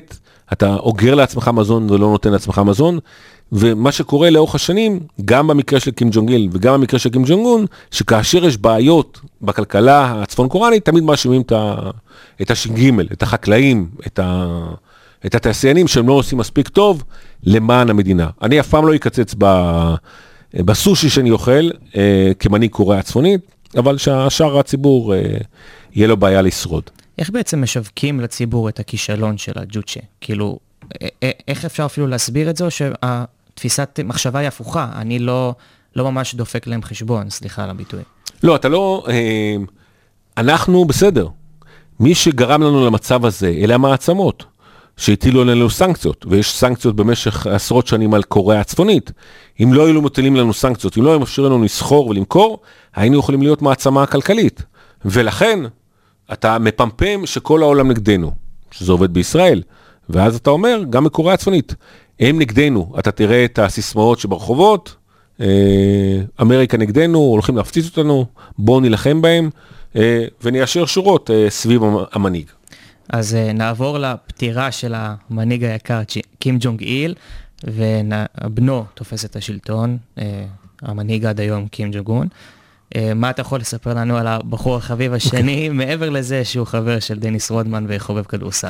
אתה אוגר לעצמך מזון ולא נותן לעצמך מזון, ומה שקורה לאורך השנים, גם במקרה של קים ג'ונג איל וגם במקרה של קים ג'ונג און, שכאשר יש בעיות בכלכלה הצפון קוריאנית, תמיד מאשימים את, ה, את הש"ג, את החקלאים, את, ה, את התעשיינים שהם לא עושים מספיק טוב למען המדינה. אני אף פעם לא אקצץ ב, בסושי שאני אוכל אה, כמנהיג קוריאה הצפונית, אבל שהשאר הציבור אה, יהיה לו בעיה לשרוד. איך בעצם משווקים לציבור את הכישלון של הג'וצ'ה? כאילו, איך אפשר אפילו להסביר את זה, או שהתפיסת מחשבה היא הפוכה? אני לא, לא ממש דופק להם חשבון, סליחה על הביטוי. לא, אתה לא... אה, אנחנו בסדר. מי שגרם לנו למצב הזה, אלה המעצמות, שהטילו עלינו סנקציות, ויש סנקציות במשך עשרות שנים על קוריאה הצפונית. אם לא היו מטילים לנו סנקציות, אם לא היו מאפשרים לנו לסחור ולמכור, היינו יכולים להיות מעצמה כלכלית. ולכן, אתה מפמפם שכל העולם נגדנו, שזה עובד בישראל, ואז אתה אומר, גם בקוריאה הצפונית, הם נגדנו, אתה תראה את הסיסמאות שברחובות, אה, אמריקה נגדנו, הולכים להפציץ אותנו, בואו נלחם בהם, אה, וניישר שורות אה, סביב המנהיג. אז אה, נעבור לפטירה של המנהיג היקר, קים ג'ונג איל, ובנו תופס את השלטון, אה, המנהיג עד היום, קים ג'ונג און. מה אתה יכול לספר לנו על הבחור החביב השני, מעבר לזה שהוא חבר של דניס רודמן וחובב כדורסל?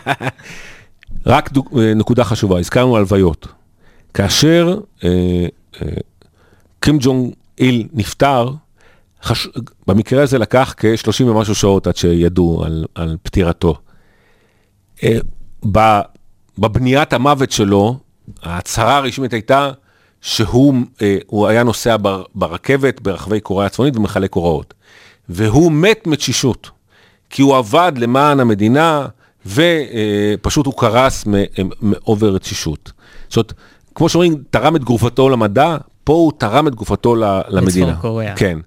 רק נקודה חשובה, הזכרנו הלוויות. כאשר קים ג'ונג איל נפטר, במקרה הזה לקח כ-שלושים ומשהו שעות עד שידעו על פטירתו. בבניית המוות שלו, ההצהרה הרשמית הייתה, שהוא הוא היה נוסע בר, ברכבת ברחבי קוריאה הצפונית ומחלק הוראות. והוא מת מתשישות, כי הוא עבד למען המדינה, ופשוט הוא קרס מעובר תשישות. זאת אומרת, כמו שאומרים, תרם את גופתו למדע, פה הוא תרם את גופתו למדינה. לצפון קוריאה. כן.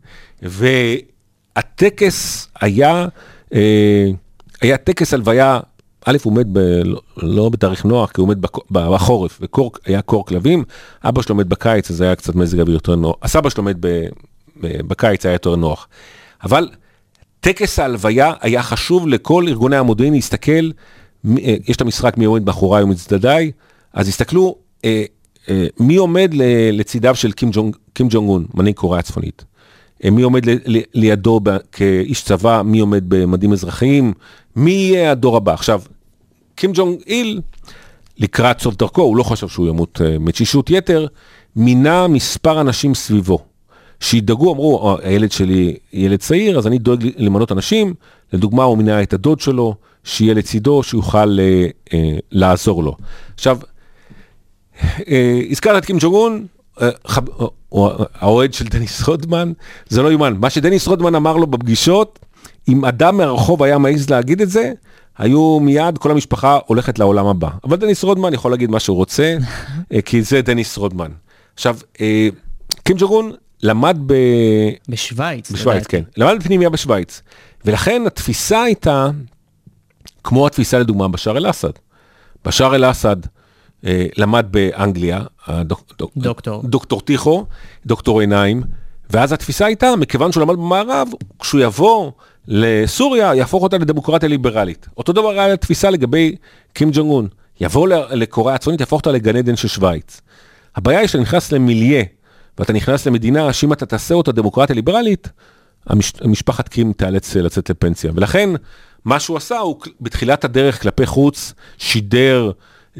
והטקס היה, היה טקס הלוויה, א', הוא מת ב, לא בתאריך נוח, כי הוא מת בחורף, וקור, היה קור כלבים, אבא שלו מת בקיץ, אז היה קצת מזג אוויר יותר נוח, הסבא שלו מת ב, בקיץ, היה יותר נוח. אבל טקס ההלוויה היה חשוב לכל ארגוני המודיעין להסתכל, יש את המשחק מי עומד מאחוריי ומצדדיי, אז הסתכלו מי עומד לצידיו של קים ג'ונג, קים ג'ונג און, מנהיג קוריאה הצפונית. מי עומד לידו כאיש צבא, מי עומד במדים אזרחיים, מי יהיה הדור הבא. עכשיו, קים ג'ונג איל, לקראת סוף דרכו, הוא לא חשב שהוא ימות מתשישות יתר, מינה מספר אנשים סביבו, שידאגו, אמרו, הילד שלי ילד צעיר, אז אני דואג למנות אנשים, לדוגמה הוא מינה את הדוד שלו, שיהיה לצידו, שיוכל אה, אה, לעזור לו. עכשיו, אה, הזכרת את קים ג'ונג און, האוהד של דניס רודמן, זה לא יומן. מה שדניס רודמן אמר לו בפגישות, אם אדם מהרחוב היה מעיז להגיד את זה, היו מיד, כל המשפחה הולכת לעולם הבא. אבל דניס רודמן יכול להגיד מה שהוא רוצה, כי זה דניס רודמן. עכשיו, קים ג'ונג און למד ב... בשוויץ. בשוויץ, כן. למד בפנימיה בשוויץ. ולכן התפיסה הייתה, כמו התפיסה לדוגמה בשאר אל-אסד. בשאר אל-אסד, למד באנגליה, דוקטור. דוקטור טיחו, דוקטור עיניים, ואז התפיסה הייתה, מכיוון שהוא למד במערב, כשהוא יבוא לסוריה, יהפוך אותה לדמוקרטיה ליברלית. אותו דבר היה התפיסה לגבי קים ג'ונג און, יבוא לקוריאה הצפונית, יהפוך אותה לגן עדן של שוויץ. הבעיה היא שאתה נכנס למיליה, ואתה נכנס למדינה, שאם אתה תעשה אותה דמוקרטיה ליברלית, המשפחת קים תיאלץ לצאת לפנסיה. ולכן, מה שהוא עשה, הוא בתחילת הדרך כלפי חוץ, שידר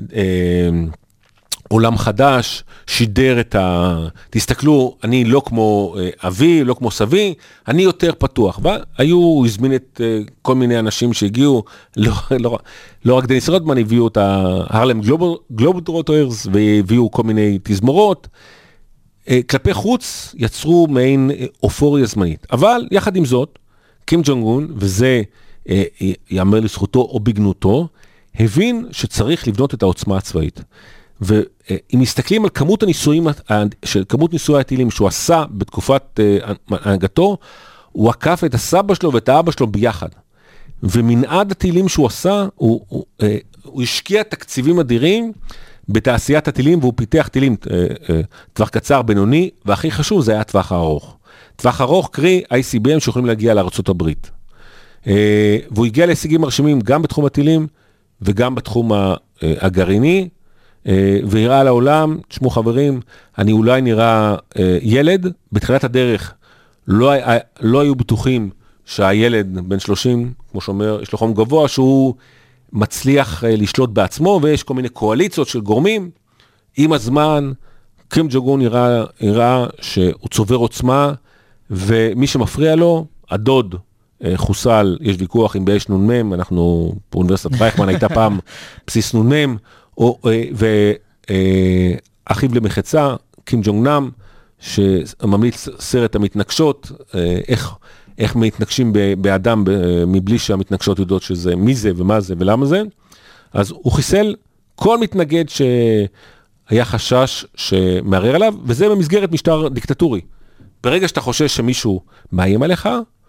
עולם חדש, שידר את ה... תסתכלו, אני לא כמו אבי, לא כמו סבי, אני יותר פתוח. והיו, הוא הזמין את כל מיני אנשים שהגיעו, לא, לא, לא רק דניס רודמן, הביאו את ההרלם גלובטרוטרס, והביאו כל מיני תזמורות. כלפי חוץ יצרו מעין אופוריה זמנית. אבל יחד עם זאת, קים ג'ונג און, וזה יאמר לזכותו או בגנותו, הבין שצריך לבנות את העוצמה הצבאית. ואם מסתכלים על כמות הניסויים, של כמות ניסויי הטילים שהוא עשה בתקופת הנהגתו, הוא עקף את הסבא שלו ואת האבא שלו ביחד. ומנעד הטילים שהוא עשה, הוא, הוא, הוא השקיע תקציבים אדירים בתעשיית הטילים, והוא פיתח טילים טווח קצר, בינוני, והכי חשוב זה היה טווח הארוך. טווח ארוך, קרי איי סי בי אם שיכולים להגיע לארצות הברית. והוא הגיע להישגים מרשימים גם בתחום הטילים, וגם בתחום הגרעיני, והראה לעולם, תשמעו חברים, אני אולי נראה ילד, בתחילת הדרך לא, לא היו בטוחים שהילד בן שלושים, כמו שאומר, יש לו חום גבוה, שהוא מצליח לשלוט בעצמו, ויש כל מיני קואליציות של גורמים. עם הזמן, קים ג'ונג און הראה, הראה שהוא צובר עוצמה, ומי שמפריע לו, הדוד חוסל, יש ויכוח עם באש נ"מ, אנחנו, באוניברסיטת רייכמן הייתה פעם בסיס נ"מ, ואחיו למחצה, קים ג'ונג נאם, שממליץ סרט המתנגשות, איך, איך מתנגשים באדם מבלי שהמתנגשות יודעות שזה מי זה ומה זה ולמה זה, אז הוא חיסל כל מתנגד שהיה חשש שמערער עליו, וזה במסגרת משטר דיקטטורי. ברגע שאתה חושש שמישהו מאיים עליך,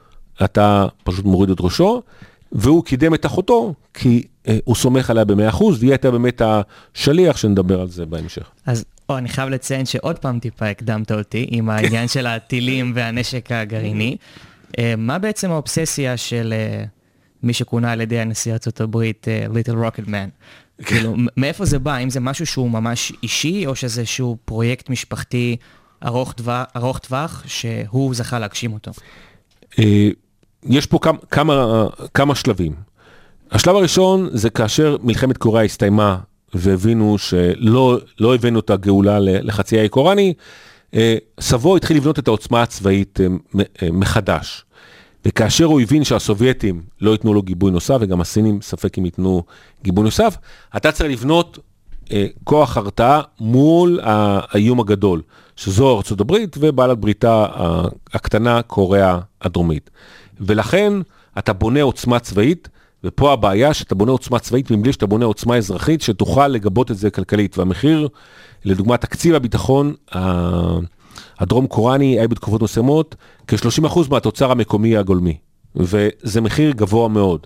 אתה פשוט מוריד את ראשו, והוא קידם את אחותו, כי אה, הוא סומך עליה ב-מאה אחוז, והיא הייתה באמת השליח שנדבר על זה בהמשך. אז או, אני חייב לציין שעוד פעם טיפה הקדמת אותי, עם העניין של הטילים והנשק הגרעיני. אה, מה בעצם האובססיה של אה, מי שכונה על ידי הנשיא ארצות הברית, אה, Little Rocket Man? כאילו, מאיפה זה בא? האם זה משהו שהוא ממש אישי, או שזה שהוא פרויקט משפחתי ארוך טווח, ארוך טווח שהוא זכה להגשים אותו? אה... יש פה כמה, כמה, כמה שלבים. השלב הראשון זה כאשר מלחמת קוריאה הסתיימה, והבינו שלא לא הבאנו את הגאולה לחצי האי קוריאני, סבו התחיל לבנות את העוצמה הצבאית מחדש. וכאשר הוא הבין שהסובייטים לא ייתנו לו גיבוי נוסף, וגם הסינים ספק אם ייתנו גיבוי נוסף, אתה צריך לבנות כוח הרתעה מול האיום הגדול, שזו ארצות הברית ובעלת בריתה הקטנה קוריאה הדרומית. ולכן אתה בונה עוצמה צבאית, ופה הבעיה שאתה בונה עוצמה צבאית מבלי שאתה בונה עוצמה אזרחית שתוכל לגבות את זה כלכלית. והמחיר, לדוגמה, תקציב הביטחון הדרום קוריאני היה בתקופות מסוימות כ-שלושים אחוז מהתוצר המקומי הגולמי, וזה מחיר גבוה מאוד.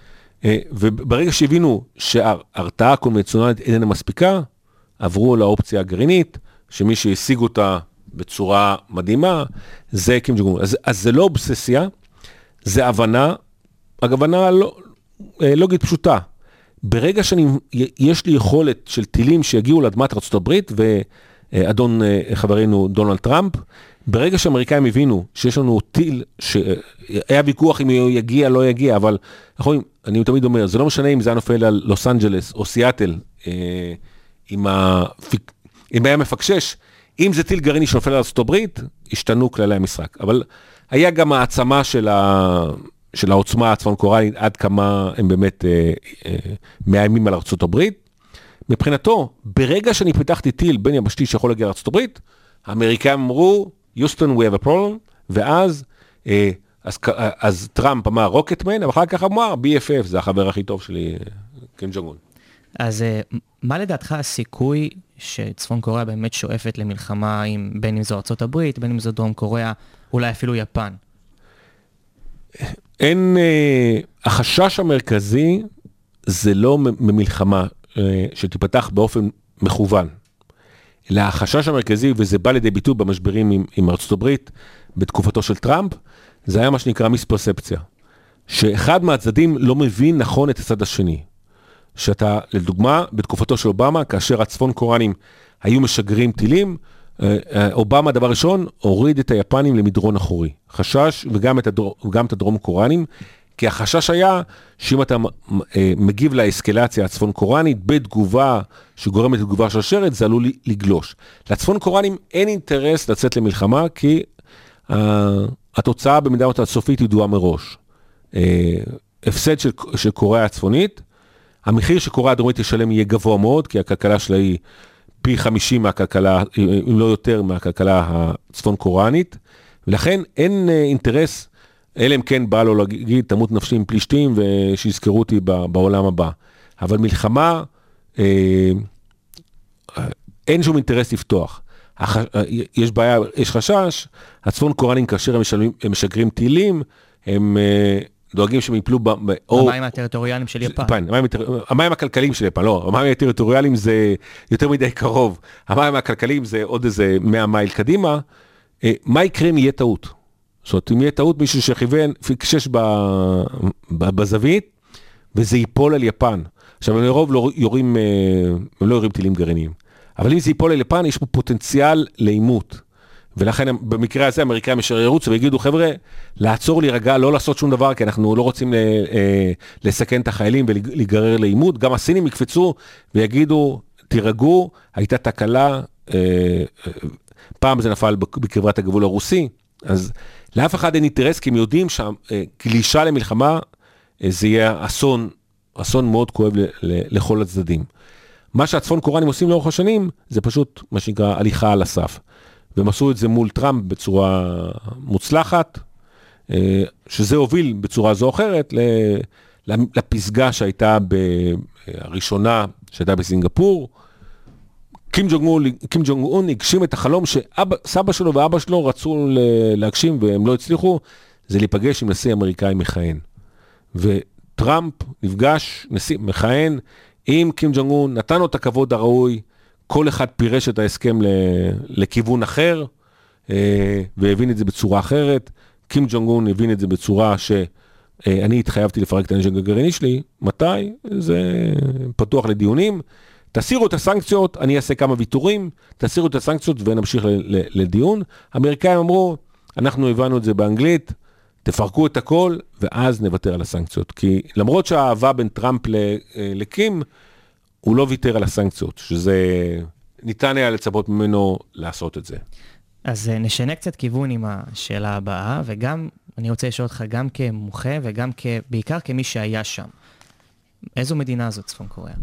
וברגע שהבינו שההרתעה הקונבנציונלית איננה מספיקה, עברו לאופציה הגרעינית, שמי שהשיג אותה בצורה מדהימה, זה קים ג'ונג און. אז, אז זה לא אובססיה, זה הבנה, הבנה לא, לוגית פשוטה. ברגע שיש לי יכולת של טילים שיגיעו לאדמת ארצות הברית, ואדון חברנו דונלד טראמפ, ברגע שהאמריקאים הבינו שיש לנו טיל, שהיה ויכוח אם הוא יגיע, לא יגיע, אבל אנחנו, אני תמיד אומר, זה לא משנה אם זה היה נופל על לוס אנג'לס או סיאטל, אם, הפיק, אם היה מפקשש, אם זה טיל גרעיני שנופל על ארצות הברית, השתנו כללי המשחק. אבל היה גם העצמה של, ה, של העוצמה הצפון קוריאנית, עד כמה הם באמת אה, אה, מאיימים על ארצות הברית. מבחינתו, ברגע שאני פיתחתי טיל בין יבשתי שיכול להגיע לארצות הברית, האמריקאים אמרו, Houston, we have a problem, ואז אה, אז, אז טראמפ אמר רוקטמן, אבל אחר כך אמר בי אף אף, זה החבר הכי טוב שלי, קים ג'ונג און. אז מה לדעתך הסיכוי שצפון קוריאה באמת שואפת למלחמה עם, בין אם זו ארצות הברית, בין אם זו דרום קוריאה, אולי אפילו יפן? אין, אה, החשש המרכזי זה לא ממלחמה אה, שתיפתח באופן מכוון, אלא החשש המרכזי, וזה בא לידי ביטוי במשברים עם, עם ארצות הברית, בתקופתו של טראמפ, זה היה מה שנקרא מיספרספציה, שאחד מהצדדים לא מבין נכון את הצד השני. שאתה, לדוגמה, בתקופתו של אובמה, כאשר הצפון קוריאנים היו משגרים טילים, אובמה, דבר ראשון, הוריד את היפנים למדרון אחורי. חשש, וגם את, הדרום, וגם את הדרום קוריאנים, כי החשש היה שאם אתה מגיב לאסקלציה הצפון קוריאנית, בתגובה שגורמת לתגובה שרשרת, זה עלול לגלוש. לצפון קוריאנים אין אינטרס לצאת למלחמה, כי uh, התוצאה במידה הסופית ידועה מראש. Uh, הפסד של, של קוריאה הצפונית, המחיר שקוריאה הדרומית תשלם יהיה גבוה מאוד, כי הכלכלה שלה היא פי חמישים מהכלכלה, אם לא יותר מהכלכלה הצפון קוריאנית, ולכן אין אינטרס, אלא אם כן בא לו להגיד, תמות נפשי עם פלישתים, ושיזכרו אותי בעולם הבא. אבל מלחמה, אה, אין שום אינטרס לפתוח. הח, יש בעיה, יש חשש, הצפון קוריאנים כאשר הם, משלמים, הם משגרים טילים, הם... אה, דואגים שהם יפלו ב... המים הטריטוריאליים של יפן. המים הכלכליים של יפן, לא. המים הטריטוריאליים זה יותר מדי קרוב. המים הכלכליים זה עוד איזה מאה מייל קדימה. מה יקרה אם יהיה טעות? זאת אומרת, אם יהיה טעות, מישהו שכיוון פיקשש בזווית, וזה ייפול על יפן. עכשיו, לרוב לא יורים, הם לא יורים טילים גרעיניים. אבל אם זה ייפול על יפן, יש פה פוטנציאל לאימות. ולכן במקרה הזה האמריקאים ישר ירוצו ויגידו, חבר'ה, לעצור להירגע, לא לעשות שום דבר, כי אנחנו לא רוצים לסכן את החיילים ולהיגרר לאימות. גם הסינים יקפצו ויגידו, תירגעו, הייתה תקלה, פעם זה נפל בקרבת הגבול הרוסי, אז לאף אחד אין אינטרס, כי הם יודעים שגלישה למלחמה, זה יהיה אסון, אסון מאוד כואב לכל הצדדים. מה שהצפון קוריאנים עושים לאורך השנים, זה פשוט מה שנקרא הליכה על הסף. והם עשו את זה מול טראמפ בצורה מוצלחת, שזה הוביל בצורה זו או אחרת לפסגה שהייתה הראשונה, שהייתה בסינגפור. קים ג'ונג און הגשים את החלום שסבא שלו ואבא שלו רצו להגשים והם לא הצליחו, זה להיפגש עם נשיא אמריקאי מכהן. וטראמפ נפגש, נשיא מכהן, עם קים ג'ונג און, נתן לו את הכבוד הראוי, כל אחד פירש את ההסכם לכיוון אחר, והבין את זה בצורה אחרת. קים ג'ונג און הבין את זה בצורה שאני התחייבתי לפרק את הנשק הגרעיני שלי. מתי? זה פתוח לדיונים. תסירו את הסנקציות, אני אעשה כמה ויתורים, תסירו את הסנקציות ונמשיך לדיון. האמריקאים אמרו, אנחנו הבנו את זה באנגלית, תפרקו את הכל, ואז נוותר על הסנקציות. כי למרות שהאהבה בין טראמפ לקים, הוא לא ויתר על הסנקציות, שזה ניתן היה לצפות ממנו לעשות את זה. אז נשנה קצת כיוון עם השאלה הבאה, וגם, אני רוצה לשאול אותך גם כמומחה, וגם כ, בעיקר כמי שהיה שם. איזו מדינה זאת צפון קוריאה?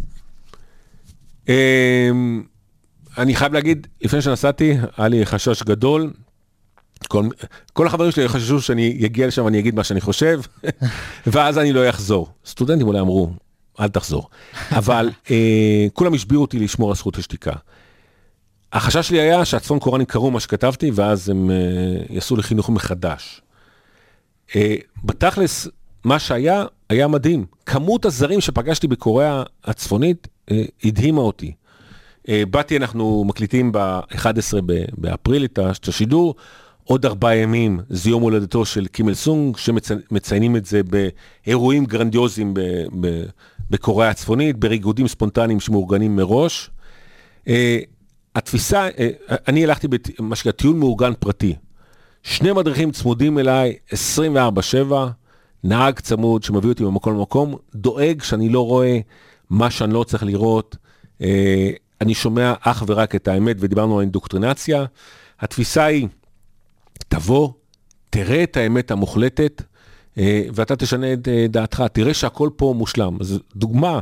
אני חייב להגיד, לפני שנסעתי, היה לי חשש גדול, כל, כל החברים שלי חששו שאני אגיע לשם ואני אגיד מה שאני חושב, ואז אני לא אחזור. סטודנטים אולי אמרו, אל תחזור. אבל אה, כולם השביעו אותי לשמור על זכות השתיקה. החשש שלי היה שהצפון קוריאנים קראו מה שכתבתי, ואז הם אה, יעשו לי חינוך מחדש. אה, בתכלס, מה שהיה, היה מדהים. כמות הזרים שפגשתי בקוריאה הצפונית, אה, הדהימה אותי. אה, באתי, אנחנו מקליטים ב-אחד עשר באפריל את השידור, עוד ארבעה ימים, זה יום הולדתו של קים איל סונג, שמציינים את זה באירועים גרנדיוזיים ב- ב- בקוריאה הצפונית, בריגודים ספונטניים שמאורגנים מראש. Uh, התפיסה, uh, אני הלכתי במה שקרה טיול מאורגן פרטי. שני מדריכים צמודים אליי, עשרים וארבע שבע, נהג צמוד שמביא אותי ממקום למקום, דואג שאני לא רואה מה שאני לא צריך לראות. Uh, אני שומע אך ורק את האמת, ודיברנו על אינדוקטרינציה. התפיסה היא, תבוא, תראה את האמת המוחלטת, ואתה תשנה את דעתך, תראה שהכל פה מושלם. אז דוגמה,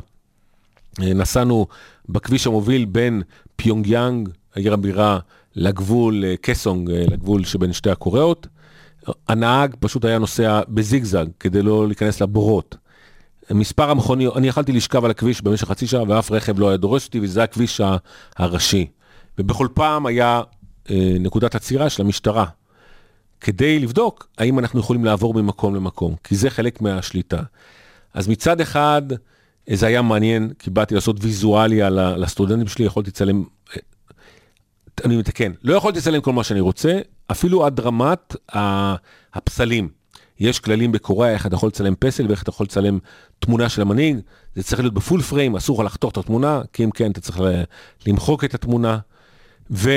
נסענו בכביש המוביל בין פיונג יאנג, העיר הבירה, לגבול קסונג, לגבול שבין שתי הקוריאות, הנהג פשוט היה נוסע בזיגזג, כדי לא להיכנס לבורות. מספר המכוניות, אני יכלתי לשכב על הכביש במשך חצי שעה, ואף רכב לא היה דורש אותי, וזה הכביש הראשי. ובכל פעם היה נקודת עצירה של המשטרה, כדי לבדוק האם אנחנו יכולים לעבור ממקום למקום, כי זה חלק מהשליטה. אז מצד אחד, זה היה מעניין, כי באתי לעשות ויזואליה לסטודנטים שלי, יכולתי לצלם, אני מתקן, לא יכולתי לצלם כל מה שאני רוצה, אפילו עד רמת הפסלים. יש כללים בקוריאה, איך אתה יכול לצלם פסל, ואיך אתה יכול לצלם תמונה של המנהיג, זה צריך להיות בפול פריים, אסור לך לחתוך את התמונה, כי אם כן, אתה צריך למחוק את התמונה, ו...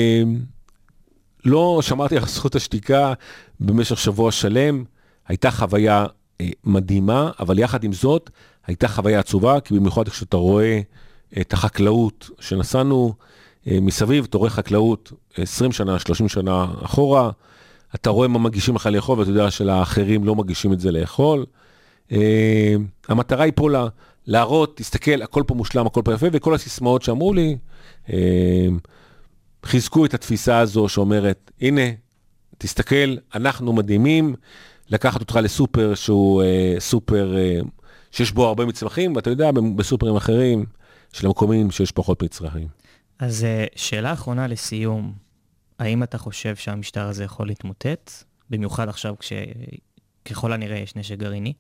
לא שמרתי על זכות השתיקה במשך שבוע שלם, הייתה חוויה אה, מדהימה, אבל יחד עם זאת, הייתה חוויה עצובה, כי במיוחד כשאתה רואה את החקלאות שנסענו אה, מסביב, אתה רואה חקלאות עשרים שנה, שלושים שנה אחורה, אתה רואה מה מגישים לך לאכול, ואתה יודע שלאחרים לא מגישים את זה לאכול. אה, המטרה היא פה לה, להראות, תסתכל, הכל פה מושלם, הכל פה יפה, וכל הסיסמאות שאמרו לי, אה, חיזקו את התפיסה הזו שאומרת, הנה, תסתכל, אנחנו מדהימים, לקחת אותך לסופר שהוא אה, סופר אה, שיש בו הרבה מצרכים, ואתה יודע, בסופרים אחרים של המקומים שיש פחות מצרכים. אז שאלה אחרונה לסיום, האם אתה חושב שהמשטר הזה יכול להתמוטט, במיוחד עכשיו כשככל הנראה יש נשק גרעיני?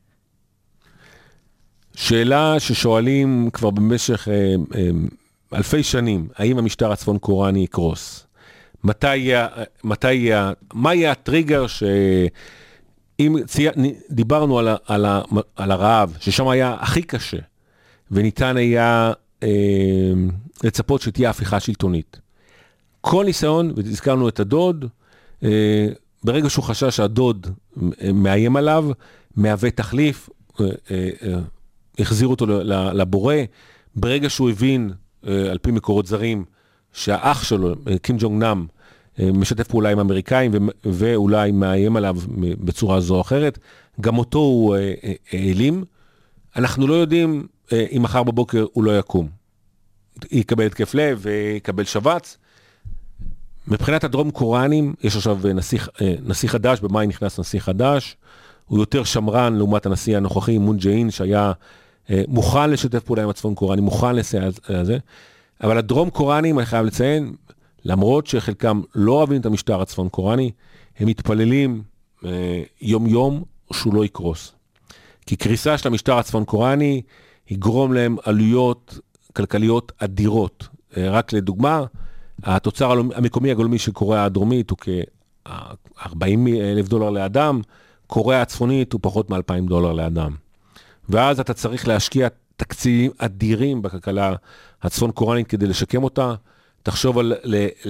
שאלה ששואלים כבר במשך אה, אה, אלפי שנים, האם המשטר הצפון קוריאני יקרוס? מתי יהיה, מתי יהיה, מה יהיה הטריגר אם צי... דיברנו על, ה... על, ה... על הרעב, ששם היה הכי קשה, וניתן היה אה, לצפות שתהיה הפיכה שלטונית. כל ניסיון, והזכרנו את הדוד, אה, ברגע שהוא חשש שהדוד מאיים עליו, מהווה תחליף, אה, אה, החזיר אותו לבורא, ברגע שהוא הבין, אה, על פי מקורות זרים, שהאח שלו, קים ג'ונג נאם, משתף פעולה עם אמריקאים, ואולי מאיים עליו בצורה זו או אחרת, גם אותו הוא העלים. אנחנו לא יודעים אם מחר בבוקר הוא לא יקום. יקבל התקף לב ויקבל שבץ. מבחינת הדרום קוריאנים, יש עכשיו נשיא, נשיא חדש, במאי נכנס נשיא חדש, הוא יותר שמרן לעומת הנשיא הנוכחי, מון ג'אין, שהיה מוכן לשתף פעולה עם הצפון קוריאני, מוכן לסייע על זה, אבל הדרום קוריאנים, אני חייב לציין, למרות שחלקם לא אוהבים את המשטר הצפון קוריאני, הם מתפללים אה, יום יום שהוא לא יקרוס. כי קריסה של המשטר הצפון קוריאני יגרום להם עלויות כלכליות אדירות. אה, רק לדוגמה, התוצר המקומי הגולמי של קוריאה הדרומית הוא כ-ארבעים אלף דולר לאדם, קוריאה הצפונית הוא פחות מ-אלפיים דולר לאדם. ואז אתה צריך להשקיע תקציבים אדירים בכלכלה הצפון קוריאנית כדי לשקם אותה, תחשוב על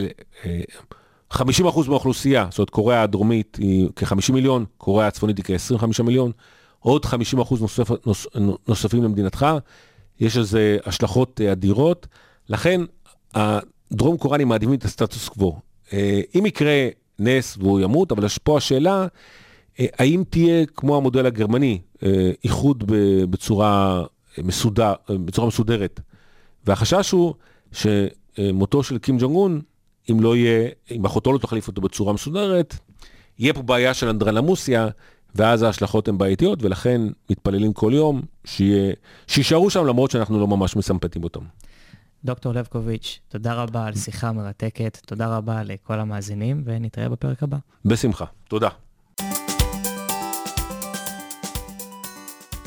חמישים אחוז מהאוכלוסייה, זאת אומרת, קוריאה הדרומית היא כ-חמישים מיליון, קוריאה הצפונית היא כ-עשרים וחמישה מיליון, עוד חמישים אחוז נוסף, נוס, נוספים למדינתך, יש איזה השלכות אדירות, לכן הדרום קוריאנים מעדיפים את הסטטוס קוו. אם יקרה נס והוא ימות, אבל יש פה השאלה, האם תהיה כמו המודל הגרמני, איחוד בצורה, מסודר, בצורה מסודרת, והחשש הוא ש... מותו של קים ג'ונג און, אם לא יהיה, אם אחותו לא תחליף אותו בצורה מסודרת, יהיה פה בעיה של אנדרלמוסיה, ואז ההשלכות הן בעייתיות, ולכן מתפללים כל יום שיה, שישארו שם, למרות שאנחנו לא ממש מסמפטים אותם. דוקטור לבקוביץ', תודה רבה על שיחה מרתקת, תודה רבה לכל המאזינים, ונתראה בפרק הבא. בשמחה, תודה.